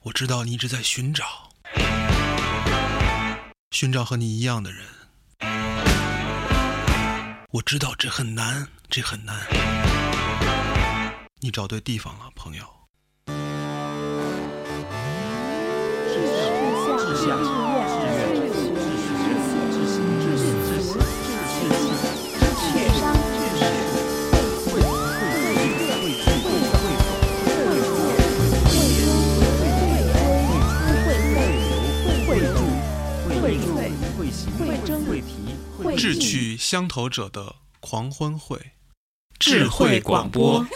我知道你一直在寻找和你一样的人。我知道这很难，这很难。你找对地方了，朋友。志趣相投者的狂欢会，智慧广播。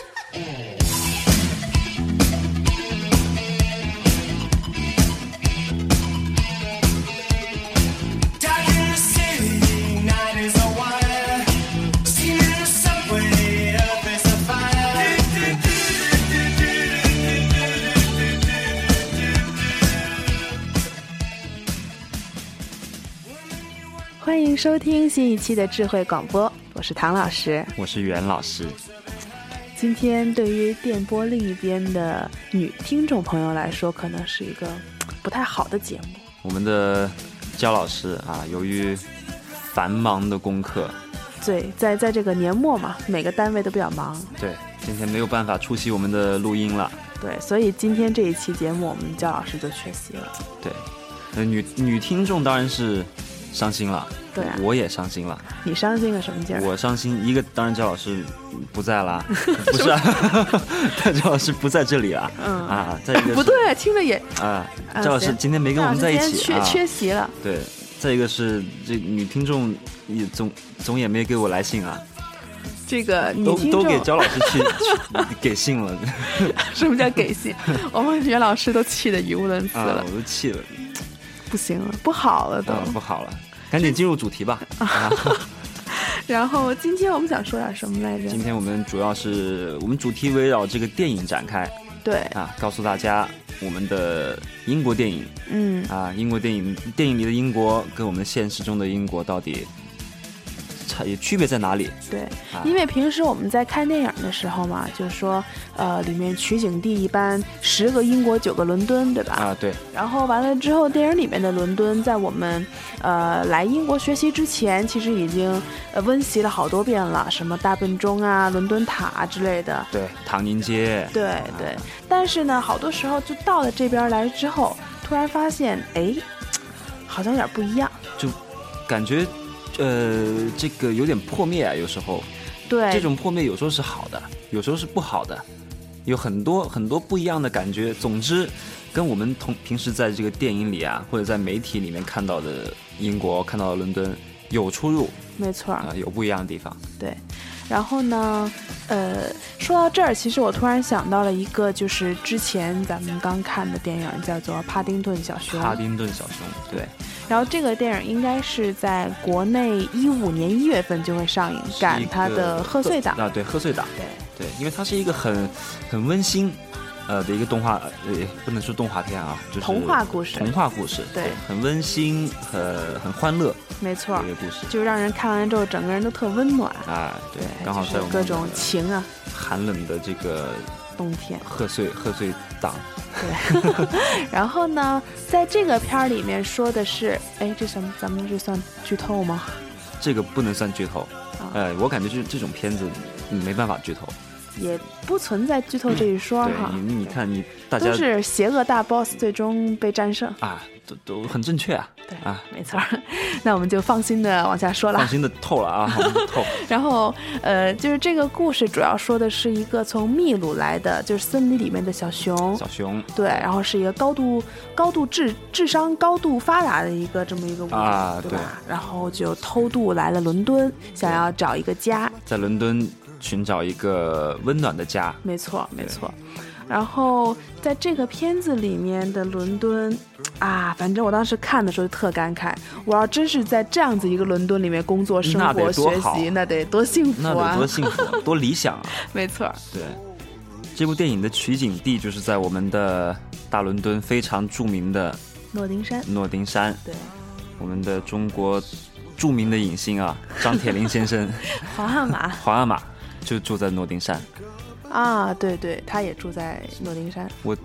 欢迎收听新一期的智慧广播，我是唐老师， 我是袁老师。 今天对于电波另一边的女听众朋友来说，可能是一个不太好的节目。 我们的焦老师啊，由于繁忙的功课， 对，在这个年末嘛，每个单位都比较忙。 对，今天没有办法出席我们的录音了。 对，所以今天这一期节目，我们焦老师就缺席了。 对，女听众当然是伤心了。 对啊， 我也伤心了。 你伤心个什么劲儿？ 我伤心一个，当然焦老师不在啦，不是啊，焦老师不在这里啊。再一个不对，听着也焦老师今天没跟我们在一起啊，缺席了。 对，再一个是这女听众也总也没给我来信啊。 这个女听众都给焦老师去给信了。 什么叫给信？我们袁老师都气得语无伦次了。 我都气了， 不行了，不好了都。 不好了。赶紧进入主题吧。 然后今天我们想说点什么来着？ 今天我们主题围绕这个电影展开。 对啊，告诉大家我们的英国电影。英国电影里的英国跟我们现实中的英国到底区别在哪里？ 对，因为平时我们在看电影的时候嘛，就是说里面取景地一般10个英国9个伦敦，对吧？ 对。 然后完了之后，电影里面的伦敦在我们来英国学习之前，其实已经温习了好多遍了，什么大笨钟啊、伦敦塔之类的。 对，唐宁街。 对。但是呢，好多时候就到了这边来之后，突然发现，好像有点不一样， 就感觉这个有点破灭啊，有时候。 对， 这种破灭有时候是好的，有时候是不好的，有很多不一样的感觉。总之，跟我们平时在这个电影里啊，或者在媒体里面看到的英国、看到的伦敦有出入。没错，有不一样的地方。 对。然后呢，说到这儿，其实我突然想到了一个，就是之前咱们刚看的电影，叫做《帕丁顿小熊》。对。然后这个电影应该是在国内15年1月份就会上映，赶它的贺岁档。 对，贺岁档。对，因为它是一个很温馨的一个动画，不能说动画片啊，就是童话故事。 对，很温馨，很欢乐。 没错， 一个故事就让人看完之后整个人都特温暖啊。对，刚好在我们各种情啊， 寒冷的这个冬天， 贺岁档。 对。然后呢，在这个片儿里面说的是，咱们这算剧透吗？ 这个不能算剧透。我感觉就是这种片子没办法剧透。 也不存在剧透这一说哈。 对，你看大家都是邪恶大 boss 最终被战胜啊，都很正确啊。 对啊，没错。那我们就放心的往下说了， 放心的透了啊，透。 然后就是这个故事主要说的是一个从秘鲁来的，就是森林里面的小熊。对，然后是一个高度智商高度发达的这么一个物种啊，对吧？然后就偷渡来了伦敦，想要找一个家， 在伦敦寻找一个温暖的家。 没错。然后在这个片子里面的伦敦啊，反正我当时看的时候就特感慨，我要真是在这样子一个伦敦里面工作、生活、学习，那得多幸福啊！ 那得多幸福，多理想啊！ 没错。 对，这部电影的取景地就是在我们的大伦敦非常著名的诺丁山。对， 我们的中国著名的影星啊，张铁林先生， 皇阿玛就住在诺丁山。 啊，对，他也住在诺丁山。 我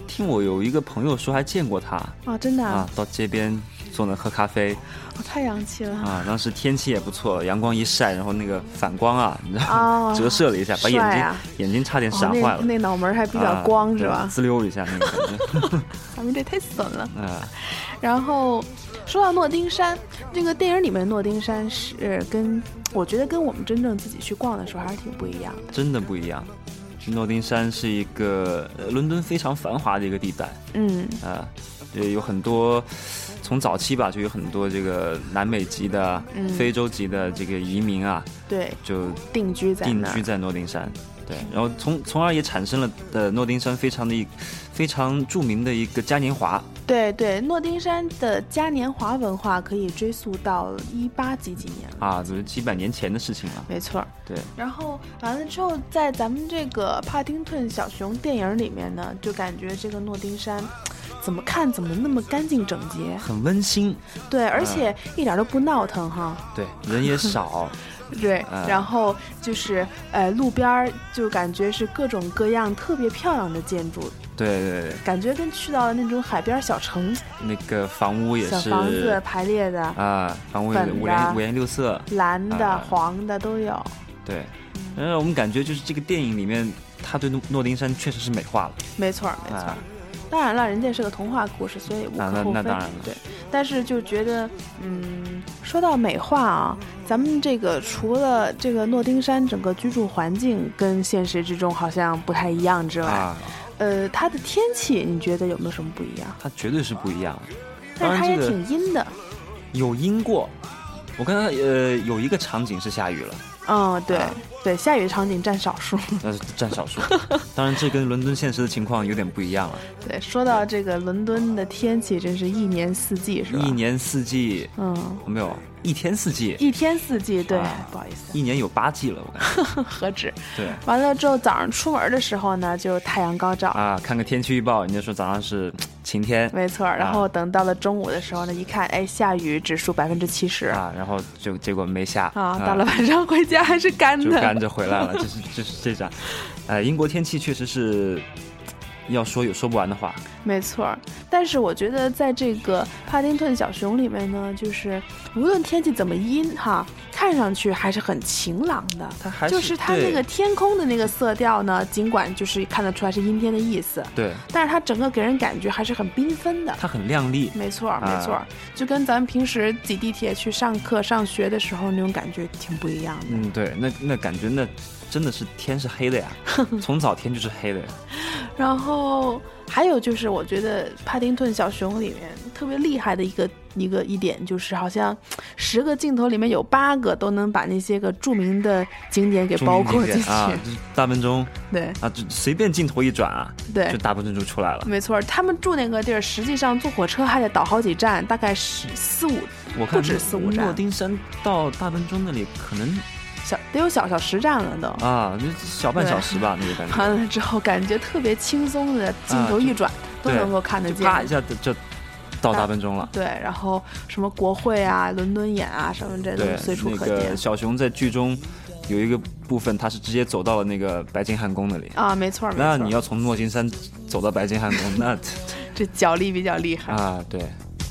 听我有一个朋友说还见过他啊，真的啊， 到街边坐那喝咖啡， 太洋气了啊！当时天气也不错，阳光一晒，然后那个反光啊，你知道折射了一下，把眼睛差点闪坏了。 那脑门还比较光是吧？ 滋溜一下那个感觉， 咱们这太损了。然后说到诺丁山，这个电影里面的诺丁山是我觉得跟我们真正自己去逛的时候还是挺不一样的， 真的不一样。诺丁山是一个伦敦非常繁华的一个地带，有很多。从早期吧，就有很多这个南美籍的、非洲籍的这个移民啊， 对， 就定居在诺丁山，对，然后从而也产生了诺丁山非常著名的一个嘉年华。 对，诺丁山的嘉年华文化可以追溯到18几年了啊，就是几百年前的事情了。 没错， 对。 然后完了之后，在咱们这个帕丁顿小熊电影里面呢，就感觉这个诺丁山。怎么看怎么那么干净整洁， 很温馨。 对，而且一点都不闹腾哈。 对，人也少。 对，然后就是路边就感觉是各种各样特别漂亮的建筑。 对， 感觉跟去到了那种海边小城。 那个房屋也是小房子排列的啊，房屋五颜六色， 蓝的、黄的都有。 对，我们感觉就是这个电影里面，他对诺丁山确实是美化了。 没错。当然了，人家是个童话故事，所以无可厚非。 那当然了。 对，但是就觉得，说到美化啊，咱们这个除了这个诺丁山整个居住环境跟现实之中好像不太一样之外，它的天气你觉得有没有什么不一样？ 它绝对是不一样， 但是它也挺阴的。 有阴过，我看它有一个场景是下雨了。 对，下雨的场景占少数。 占少数。当然，这跟伦敦现实的情况有点不一样了。 对，说到这个伦敦的天气，真是一年四季，是吧？ 一年四季，没有一天四季。 一天四季，对，不好意思， 一年有8季了，我感觉。 何止？ 对。 完了之后，早上出门的时候呢，就太阳高照啊，看个天气预报，人家说早上是晴天。 没错，然后等到了中午的时候呢，一看，下雨指数70% 啊，然后就结果没下啊，到了晚上回家还是干的， 就干着回来了，就是这样。英国天气确实是要说有说不完的话。 没错，但是我觉得在这个帕丁顿小熊里面呢，就是无论天气怎么阴哈，看上去还是很晴朗的。就是它那个天空的那个色调呢，尽管就是看得出来是阴天的意思， 对， 但是它整个给人感觉还是很缤纷的。 它很亮丽。 没错，就跟咱们平时挤地铁去上课上学的时候那种感觉挺不一样的。 对，那感觉那真的是天是黑的呀，从早天就是黑的呀。 然后还有就是，我觉得帕丁顿小熊里面特别厉害的一点，就是好像10个镜头里面有8个都能把那些个著名的景点给包括进去啊，就是大笨钟， 对啊，就随便镜头一转啊， 对， 就大笨钟就出来了。 没错，他们住那个地儿，实际上坐火车还得倒好几站，大概我看不止4、5站。 诺丁山到大笨钟那里可能。 得有小10站了都啊，小半小时吧，那个感觉。 完了之后，感觉特别轻松的，镜头一转都能够看得见， 啪一下就到大笨钟了。 对，然后什么国会啊、伦敦眼啊什么这都随处可见。 那个小熊在剧中有一个部分，他是直接走到了那个白金汉宫那里啊，没错。 那你要从诺丁山走到白金汉宫，那这脚力比较厉害啊，对。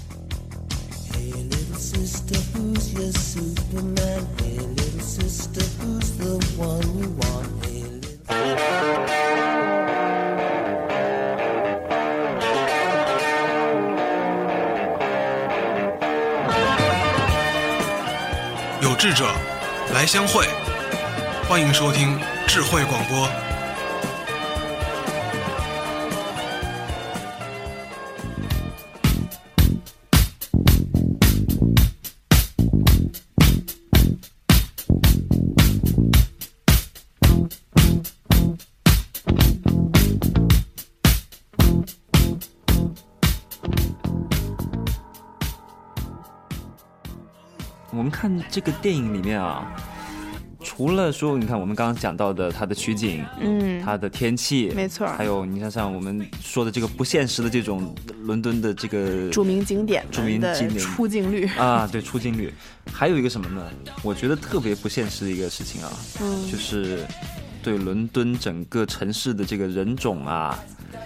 有志者来相会，欢迎收听智慧广播。 我们看这个电影里面啊，除了说你看我们刚刚讲到的它的取景，它的天气， 没错， 还有你看像我们说的这个不现实的这种伦敦的这个著名景点的出镜率啊，对，出镜率，还有一个什么呢？我觉得特别不现实的一个事情啊，就是对伦敦整个城市的这个人种啊，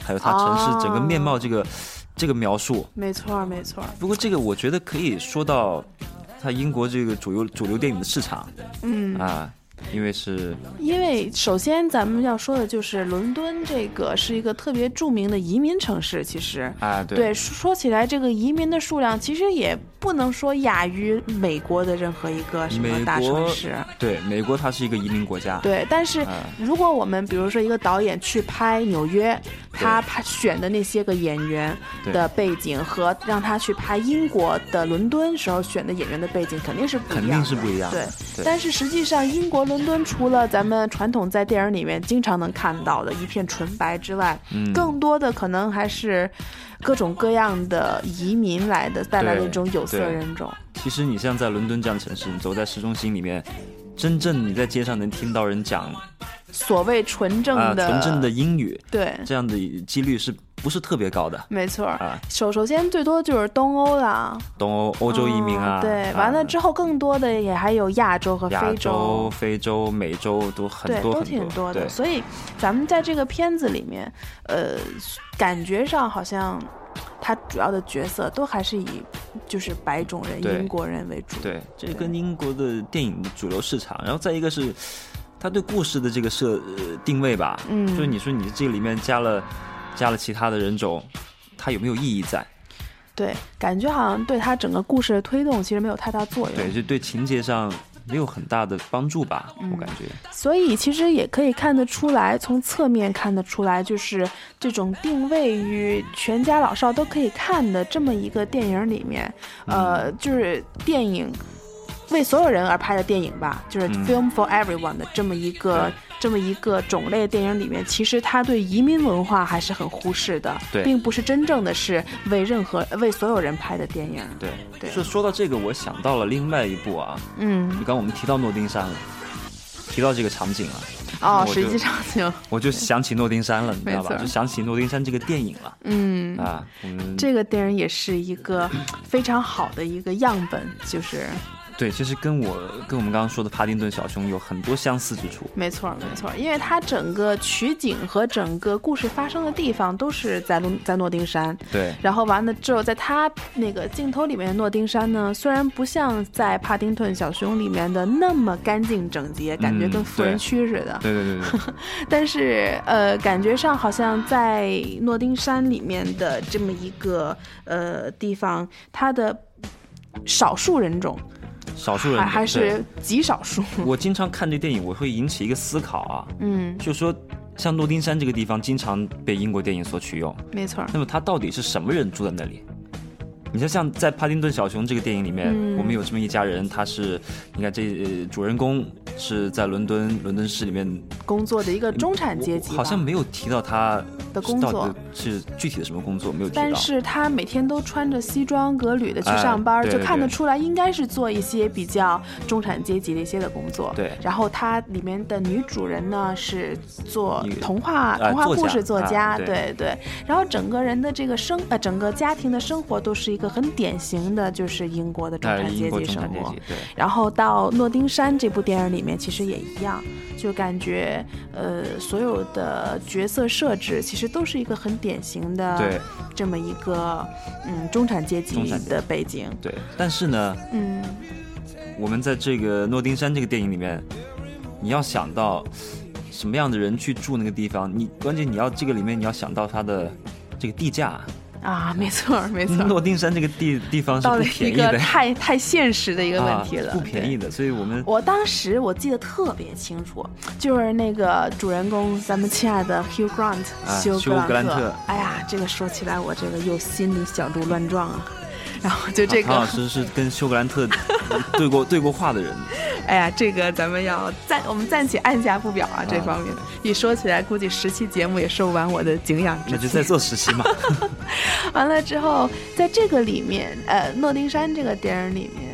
还有它城市整个面貌这个描述。 没错没错。 不过这个我觉得可以说到它英国这个主流电影的市场。因为首先咱们要说的就是伦敦这个是一个特别著名的移民城市，其实对说起来这个移民的数量其实也不能说亚于美国的任何一个什么大城市。 对，美国它是一个移民国家。 对，但是如果我们比如说一个导演去拍纽约，他选的那些个演员的背景和让他去拍英国的伦敦时候选的演员的背景肯定是不一样的。对，但是实际上英国伦敦除了咱们传统在电影里面经常能看到的一片纯白之外，更多的可能还是各种各样的移民带来的一种有色人种。 其实你像在伦敦这样的城市，你走在市中心里面，真正你在街上能听到人讲所谓纯正的英语， 对， 这样的几率是不是特别高的？ 没错。首先最多就是东欧啦， 欧洲移民对，完了之后更多的也还有亚洲和非洲、美洲都很多， 对，都挺多的。所以咱们在这个片子里面，感觉上好像他主要的角色都还是以就是白种人、英国人为主。 对，这跟英国的电影的主流市场，然后再一个是他对故事的这个定位吧。就是你说你这个里面加了其他的人种，它有没有意义在？ 对，感觉好像对他整个故事的推动其实没有太大作用。 对，就对情节上没有很大的帮助吧，我感觉。 所以其实也可以看得出来，从侧面看得出来，就是这种定位于全家老少都可以看的这么一个电影里面，就是电影为所有人而拍的电影吧，就是 Film for Everyone 的这么一个种类电影里面，其实他对移民文化还是很忽视的，并不是真正的是为所有人拍的电影。对， 说到这个，我想到了另外一部啊，就刚我们提到诺丁山了，提到这个场景了， 实际场景， 我就想起诺丁山了，你知道吧？就想起诺丁山这个电影了。 这个电影也是一个非常好的一个样本，就是对，其实跟我们刚刚说的帕丁顿小熊有很多相似之处。 没错，因为它整个取景和整个故事发生的地方都是在诺丁山。 对。 然后完了之后，在它那个镜头里面的诺丁山呢，虽然不像在帕丁顿小熊里面的那么干净整洁，感觉跟富人区似的。 对。 但是感觉上好像在诺丁山里面的这么一个地方，它的少数人种还是极少数。 我经常看这电影，我会引起一个思考啊，就说像诺丁山这个地方经常被英国电影所取用， 没错。 那么他到底是什么人住在那里？你像在帕丁顿小熊这个电影里面，我们有这么一家人，他是你看主人公是在伦敦市里面工作的一个中产阶级， 好像没有提到他的工作是具体的什么工作，没有提到。 但是他每天都穿着西装革履的去上班，就看得出来应该是做一些比较中产阶级的一些的工作。 对。 然后他里面的女主人呢是做童话故事作家，对。然后整个人的这个整个家庭的生活都是一个很典型的，就是英国的中产阶级生活。 对。 然后到诺丁山这部电影里面，其实也一样，就感觉所有的角色设置其实都是一个很典型的这么一个中产阶级的背景。 对。但是呢，我们在这个诺丁山这个电影里面，你要想到什么样的人去住那个地方，关键你要这个里面你要想到它的这个地价啊，没错。 诺丁山这个地方是不便宜的， 到了一个太现实的一个问题了， 不便宜的。所以我当时我记得特别清楚，就是那个主人公咱们亲爱的 Hugh Grant 休格兰特。哎呀，这个说起来我这个又心里小鹿乱撞啊。然后就这个唐老师是跟休格兰特对过话的人。 哎呀，这个咱们我们暂且按下不表啊，这方面一说起来估计10期节目也收不完我的敬仰之情。 那就再做10期嘛。完了之后在这个里面诺丁山这个电影里面，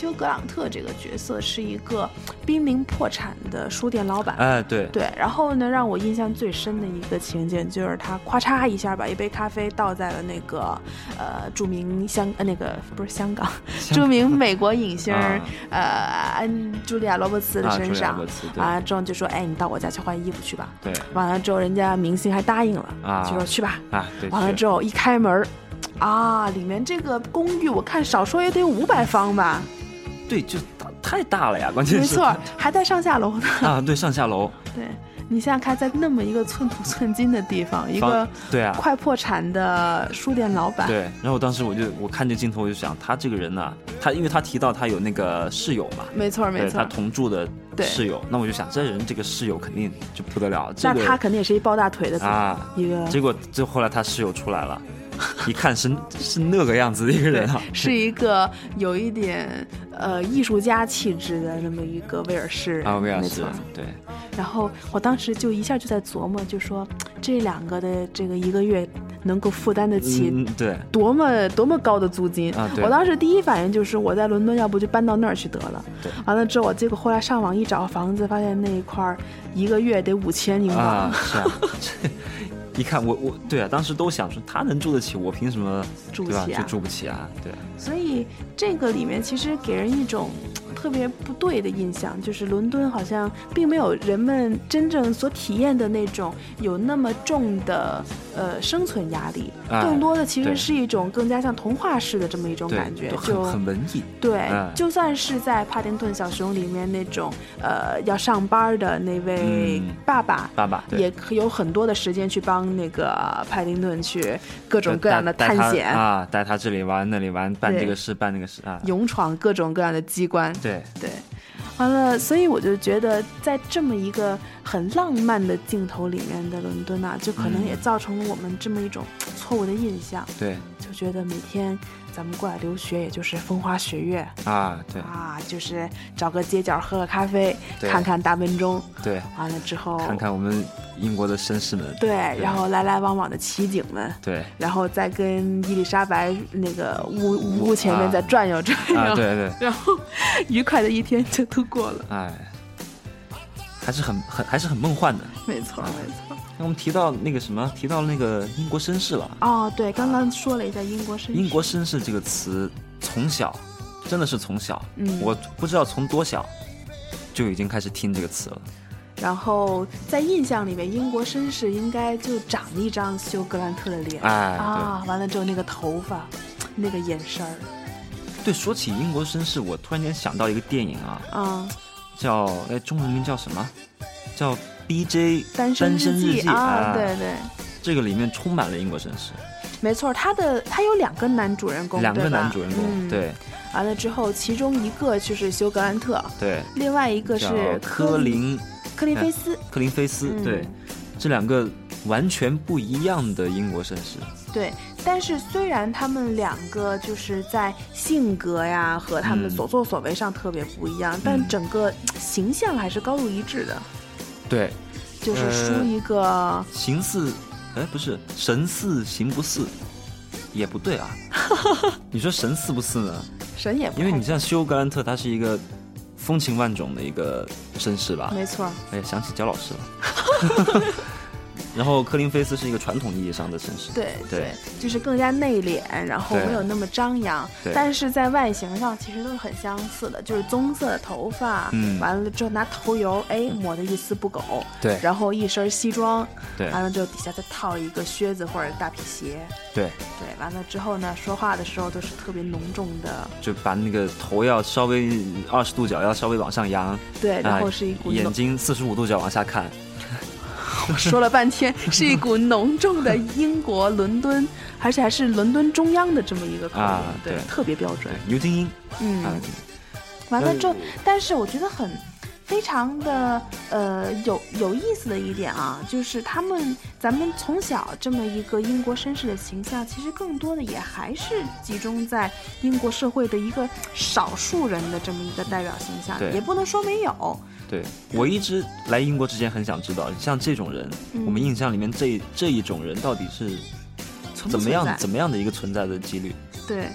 休·格朗特这个角色是一个濒临破产的书店老板。 哎，对。 然后呢，让我印象最深的一个情景就是他咵嚓一下把一杯咖啡倒在了那个著名著名美国影星茱莉亚·罗伯茨的身上啊，之后就说：“哎，你到我家去换衣服去吧。” 对。 完了之后，人家明星还答应了，就说去吧。 对。 完了之后一开门。里面这个公寓我看少说也得500方吧。 对，就太大了呀，关键是。 没错，还带上下楼呢。 对，上下楼。 对，你想想看，在那么一个寸土寸金的地方，一个快破产的书店老板。 对，然后当时我看这镜头，我就想，他这个人呢，因为他提到他有那个室友嘛， 没错， 他同住的室友，那我就想，这个室友肯定就不得了。 那他肯定也是一抱大腿的一个。 结果后来他室友出来了。一看是那个样子的一个人啊， 是一个有一点艺术家气质的那么一个威尔士人。 威尔士，对。 然后我当时就一下就在琢磨，就说这两个的这个1个月能够负担得起对多么高的租金我当时第一反应就是我在伦敦要不就搬到那儿去得了。完了之后结果后来上网一找房子，发现那一块1个月得5000英镑。 是啊。一看我对啊，当时都想说他能住得起，我凭什么住不起就住不起啊？对。 所以这个里面其实给人一种特别不对的印象，就是伦敦好像并没有人们真正所体验的那种有那么重的生存压力，更多的其实是一种更加像童话式的这么一种感觉，就很文艺。 对，就算是在帕丁顿小熊里面那种要上班的那位爸爸也有很多的时间去帮那个帕丁顿去各种各样的探险带他这里玩那里玩，办这个事办那个事勇闯各种各样的机关。 对， 完了，所以我就觉得在这么一个很浪漫的镜头里面的伦敦就可能也造成了我们这么一种错误的印象。 对， 就觉得每天咱们过来留学也就是风花雪月对就是找个街角喝个咖啡，看看大笨钟， 对， 完了之后看看我们英国的绅士们， 对，然后来来往往的骑警们， 对， 然后再跟伊丽莎白那个屋前面再转悠转悠， 对， 然后愉快的一天就度过了。 还是很梦幻的。 没错。 那我们提到那个英国绅士了。 对，刚刚说了一下英国绅士。 英国绅士这个词，真的是从小，我不知道从多小就已经开始听这个词了。 然后在印象里面，英国绅士应该就长了一张休·格兰特的脸，完了之后那个头发，那个眼神儿。 对，说起英国绅士，我突然间想到一个电影叫中文名叫什么？叫 BJ 单身日记对， 这个里面充满了英国绅士。 没错，他有2个男主人公， 对。 完了之后，其中一个就是休·格兰特， 对， 另外一个是科林菲斯，对，这2个完全不一样的英国绅士。 对，但是虽然他们2个就是在性格呀和他们所作所为上特别不一样，但整个形象还是高度一致的。 对， 就是梳一个神似形不似，也不对你说神似不似呢？ 神也不， 因为你像休·格兰特，他是一个风情万种的一个绅士吧？ 没错。 想起焦老师了。然后科林菲斯是一个传统意义上的绅士， 对，就是更加内敛，然后没有那么张扬，但是在外形上其实都是很相似的，就是棕色的头发，完了之后拿头油抹得一丝不苟， 对， 然后一身西装， 对， 完了之后底下再套一个靴子或者大皮鞋， 对， 完了之后呢，说话的时候都是特别浓重的， 就把那个头要稍微20度角要稍微往上扬， 对，然后是一股眼睛45度角往下看。 我说了半天，是一股浓重的英国伦敦，而且还是伦敦中央的这么一个口音，对，特别标准， 牛津音。 完了之后，但是我觉得非常的有意思的一点就是咱们从小这么一个英国绅士的形象，其实更多的也还是集中在英国社会的一个少数人的这么一个代表形象，也不能说没有。 对，我一直来英国之前很想知道，像这种人，我们印象里面这一种人到底是怎么样的一个存在的几率？ 对，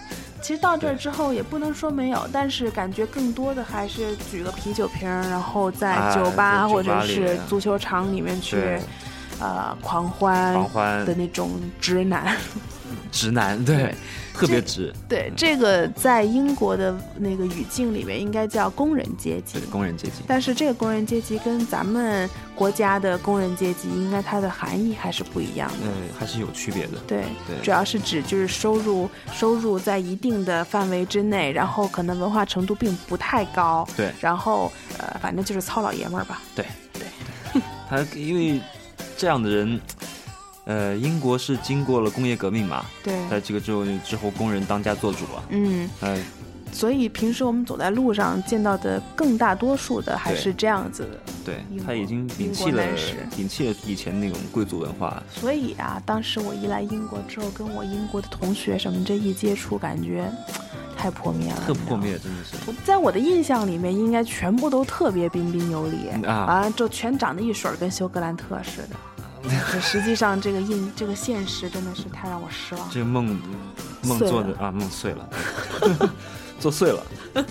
其实到这儿之后也不能说没有，但是感觉更多的还是举个啤酒瓶，然后在酒吧或者是足球场里面去狂欢的那种直男对， 特别直。 对，这个在英国的那个语境里面应该叫工人阶级。 工人阶级。但是这个工人阶级跟咱们国家的工人阶级，应该它的含义还是不一样的。 还是有区别的。 对，主要是指就是收入在一定的范围之内，然后可能文化程度并不太高。 对。 然后反正就是糙老爷们儿吧。 对。他因为这样的人。英国是经过了工业革命嘛？ 对， 在这个之后，工人当家做主了。 所以平时我们走在路上见到的更大多数的还是这样子的。 对，他已经摒弃了以前那种贵族文化。 所以啊，当时我一来英国之后，跟我英国的同学什么这一接触，感觉太破灭了， 特破灭，真的是。 在我的印象里面，应该全部都特别彬彬有礼啊，就全长得一水跟休格兰特似的。实际上这个现实真的是太让我失望。 这个梦做的啊，梦碎了，做碎了。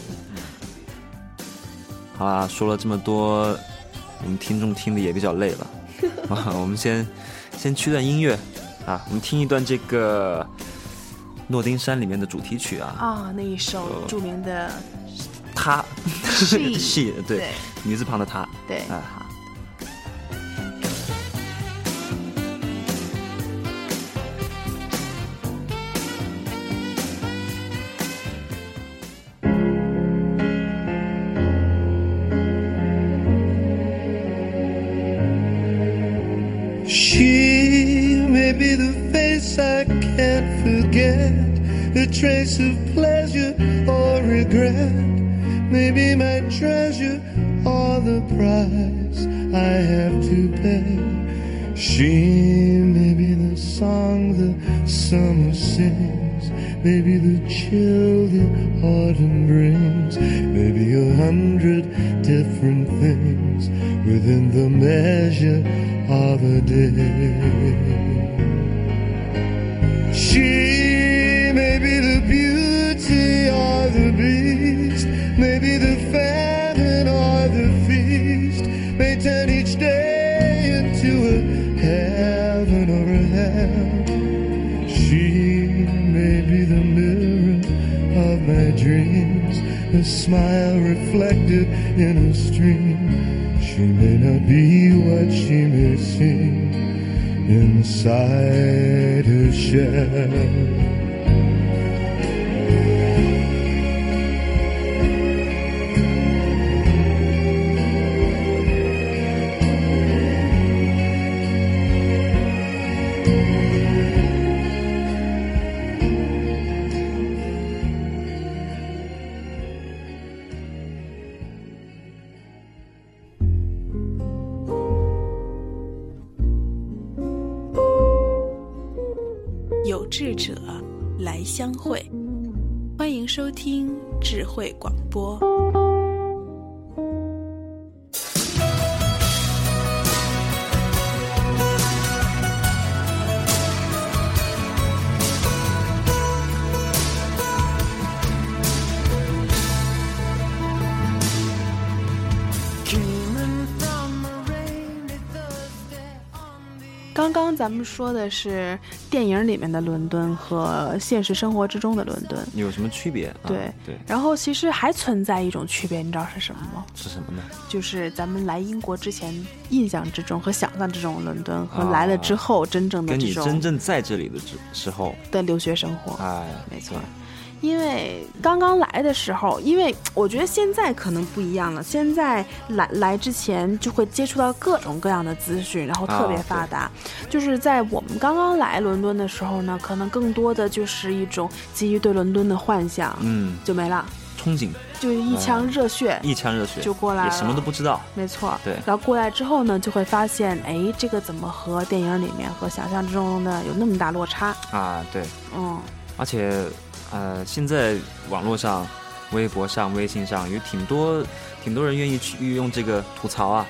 好啦，说了这么多，我们听众听的也比较累了我们先去段音乐啊，我们听一段这个诺丁山里面的主题曲啊， 那一首著名的他 she 对，女字旁的他， 对好。 I can't forget a trace of pleasure or regret, maybe my treasure or the price I have to pay. She may be the song the summer sings, maybe the chill the autumn brings, maybe 100 different things within the measure of a day. She may be the beauty or the beast, maybe the famine or the feast, may turn each day into a heaven or a hell. She may be the mirror of my dreams, a smile reflected in a stream. She may not be what she may seem inside her shell. 智者来相会，欢迎收听智慧广播。刚刚咱们说的是电影里面的伦敦和现实生活之中的伦敦有什么区别？ 对，然后其实还存在一种区别，你知道是什么吗？ 是什么呢？ 就是咱们来英国之前印象之中和想象之中伦敦和来了之后真正的这种跟你真正在这里的时候的留学生活。没错。因为刚刚来的时候，因为我觉得现在可能不一样了，现在来之前就会接触到各种各样的资讯，然后特别发达。就是在我们刚刚来伦敦的时候呢，可能更多的就是一种基于对伦敦的幻想，就没了， 憧憬， 就一腔热血，就过来了， 也什么都不知道。 没错， 对。 然后过来之后呢，就会发现，哎，这个怎么和电影里面和想象之中的有那么大落差啊？对，而且。现在网络上、微博上、微信上有挺多人愿意去用这个吐槽啊，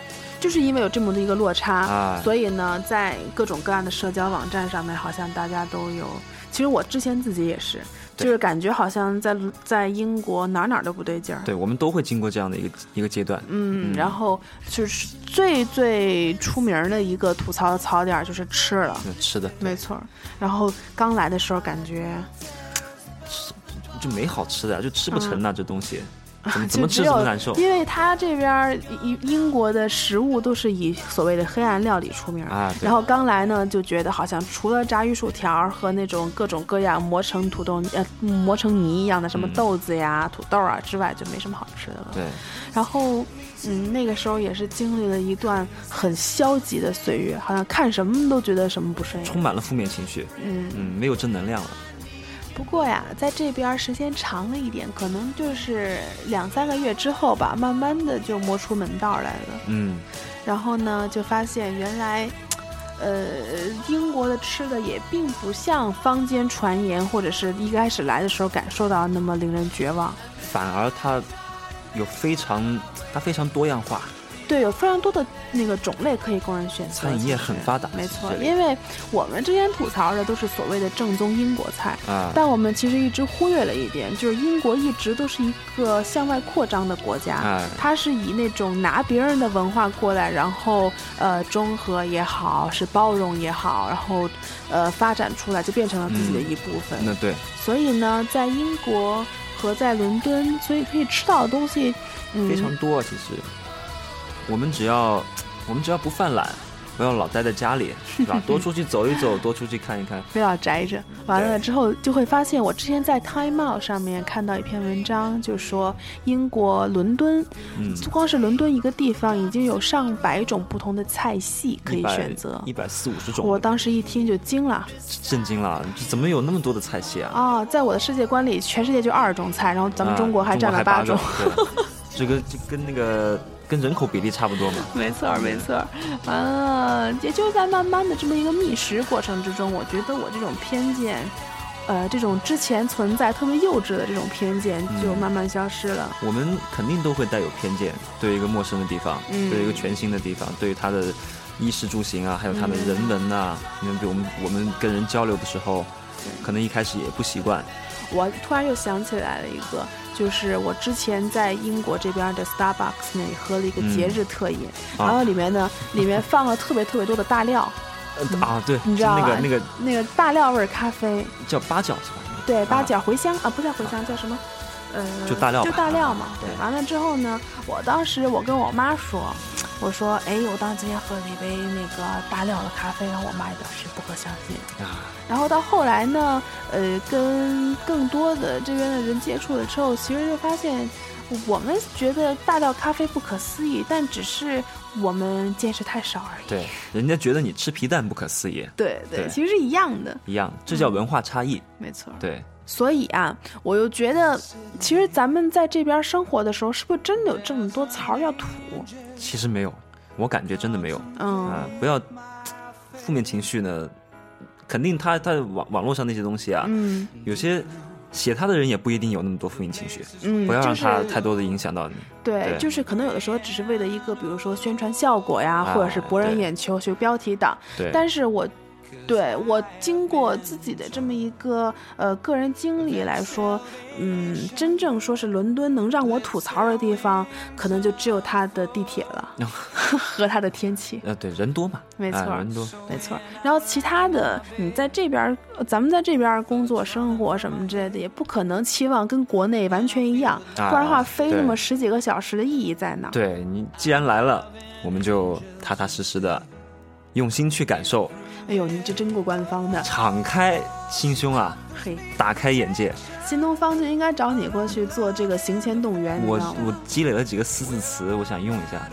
就是因为有这么的一个落差，所以呢，在各种各样的社交网站上面，好像大家都有。其实我之前自己也是，就是感觉好像在英国哪都不对劲儿。 对，我们都会经过这样的一个阶段。 然后就是最出名的一个吐槽的槽点就是吃了， 吃的没错。然后刚来的时候感觉就没好吃的，就吃不成这东西。怎么吃怎么难受， 因为他这边英国的食物都是以所谓的黑暗料理出名然后刚来呢就觉得好像除了炸鱼薯条和那种各种各样磨成磨成泥一样的什么豆子呀、土豆啊之外，就没什么好吃的了。 对， 然后那个时候也是经历了一段很消极的岁月，好像看什么都觉得什么不顺眼， 充满了负面情绪，没有正能量了。 不过呀，在这边时间长了一点，可能就是2-3个月之后吧，慢慢的就摸出门道来了。然后呢，就发现原来，英国的吃的也并不像坊间传言，或者是一开始来的时候感受到那么令人绝望， 反而它非常多样化。 对，有非常多的那个种类可以供人选择， 餐饮业很发达。 没错，因为我们之前吐槽的都是所谓的正宗英国菜但我们其实一直忽略了一点，就是英国一直都是一个向外扩张的国家它是以那种拿别人的文化过来，然后中和也好，是包容也好，然后发展出来就变成了自己的一部分。 那对， 所以呢，在英国和在伦敦，所以可以吃到的东西非常多其实。我们只要不犯懒，不要老待在家里，是吧？多出去走一走，多出去看一看， 不要宅着。完了之后就会发现，我之前在 Time Out 上面看到一篇文章，就说英国伦敦，光是伦敦一个地方已经有上百种不同的菜系可以选择 ，140-150种。 我当时一听就惊了， 震惊了，怎么有那么多的菜系啊？ 在我的世界观里，全世界就20种菜，然后咱们中国还占了8种。 这个就跟那个。跟人口比例差不多嘛， 没错。完了，也就在慢慢的这么一个觅食过程之中，我觉得我这种偏见，这种之前存在特别幼稚的这种偏见就慢慢消失了。 我们肯定都会带有偏见，对一个陌生的地方，对一个全新的地方，对于它的衣食住行啊，还有它的人文啊，因为我们跟人交流的时候，可能一开始也不习惯。 我突然又想起来了一个，就是我之前在英国这边的 Starbucks 那里喝了一个节日特饮，然后里面放了特别多的大料。 对， 你知道吧？ 那个大料味咖啡叫八角是吧？ 对，八角茴香不叫茴香，叫什么？ 就大料嘛。对，完了之后呢，我跟我妈说，我说，我当时今天喝了一杯那个大料的咖啡，然后我妈也表示不可相信然后到后来呢，跟更多的这边的人接触了之后，其实就发现，我们觉得大料咖啡不可思议，但只是我们见识太少而已。 对，人家觉得你吃皮蛋不可思议。 对，其实是一样的。 这叫文化差异。 没错。 对。 所以我又觉得，其实咱们在这边生活的时候，是不是真的有这么多槽要吐？ 其实没有，我感觉真的没有。不要负面情绪呢，肯定他网络上那些东西有些写他的人也不一定有那么多负面情绪。不要让他太多的影响到你。 对，就是可能有的时候只是为了一个，比如说宣传效果呀，或者是博人眼球，就标题党。 对， 但是我经过自己的这么一个个人经历来说，真正说是伦敦能让我吐槽的地方，可能就只有它的地铁了和它的天气。 对，人多嘛， 没错， 人多， 没错。然后其他的，你在这边，咱们在这边工作生活什么之类的，也不可能期望跟国内完全一样，不然的话飞那么10几个小时的意义在哪？ 对，你既然来了，我们就踏踏实实的用心去感受。 哎呦，你这真够官方的！ 敞开心胸啊，打开眼界。 新东方就应该找你过去做这个行前动员。 我积累了几个四字词，我想用一下。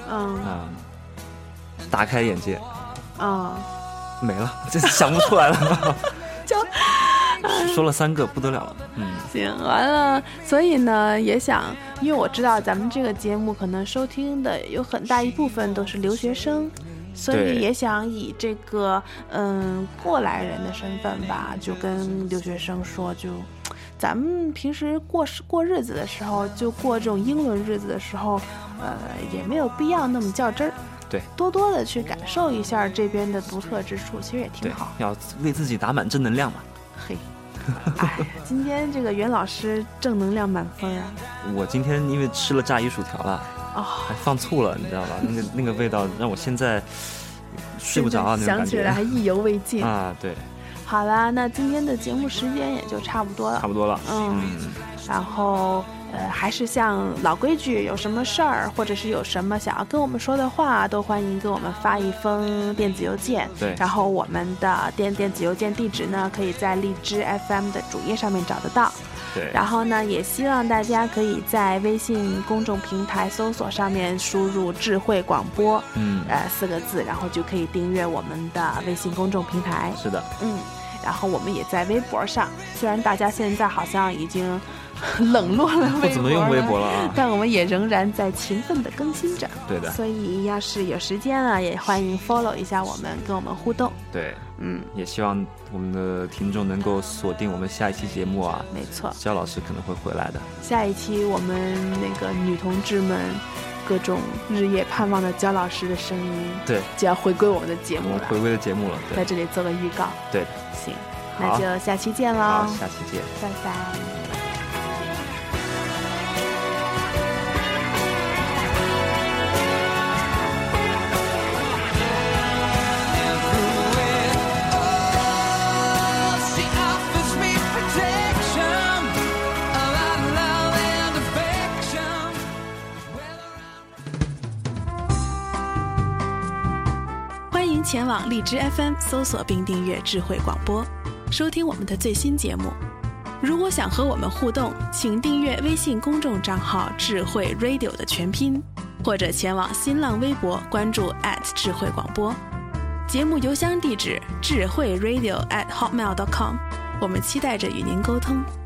打开眼界。没了，这想不出来了。说了3个，不得了了。 行，完了。所以呢，也想，因为我知道咱们这个节目可能收听的有很大一部分都是留学生。所以也想以这个过来人的身份吧，就跟留学生说，就咱们平时过日子的时候，就过这种英伦日子的时候，也没有必要那么较真儿。 对， 多多的去感受一下这边的独特之处，其实也挺好。 要为自己打满正能量嘛。 嘿，哎，今天这个袁老师正能量满分啊！ 我今天因为吃了炸鱼薯条了，还放醋了，你知道吧？那个味道让我现在睡不着啊，那种感觉。 想起来还意犹未尽啊！对。 好啦，那今天的节目时间也就差不多了。然后还是像老规矩，有什么事儿或者是有什么想要跟我们说的话，都欢迎给我们发一封电子邮件。 对， 然后我们的电子邮件地址呢，可以在荔枝 FM 的主页上面找得到。 对， 然后呢，也希望大家可以在微信公众平台搜索上面输入“智慧广播”4个字，然后就可以订阅我们的微信公众平台。 是的， 然后我们也在微博上，虽然大家现在好像已经冷落了微博， 不怎么用微博了啊， 但我们也仍然在勤奋的更新着。 对的， 所以要是有时间了，也欢迎 follow 一下我们，跟我们互动。 对，也希望我们的听众能够锁定我们下一期节目啊。 没错， 焦老师可能会回来的。 下一期我们那个女同志们各种日夜盼望的焦老师的声音， 对， 就要回归我们的节目了。 回归的节目了， 在这里做个预告。 对， 行，那就下期见喽。 好，下期见， 拜拜。前往荔枝 FM 搜索并订阅智慧广播，收听我们的最新节目。如果想和我们互动，请订阅微信公众账号智慧 Radio 的全拼，或者前往新浪微博关注智慧广播。节目邮箱地址智慧radio@hotmail.com， 我们期待着与您沟通。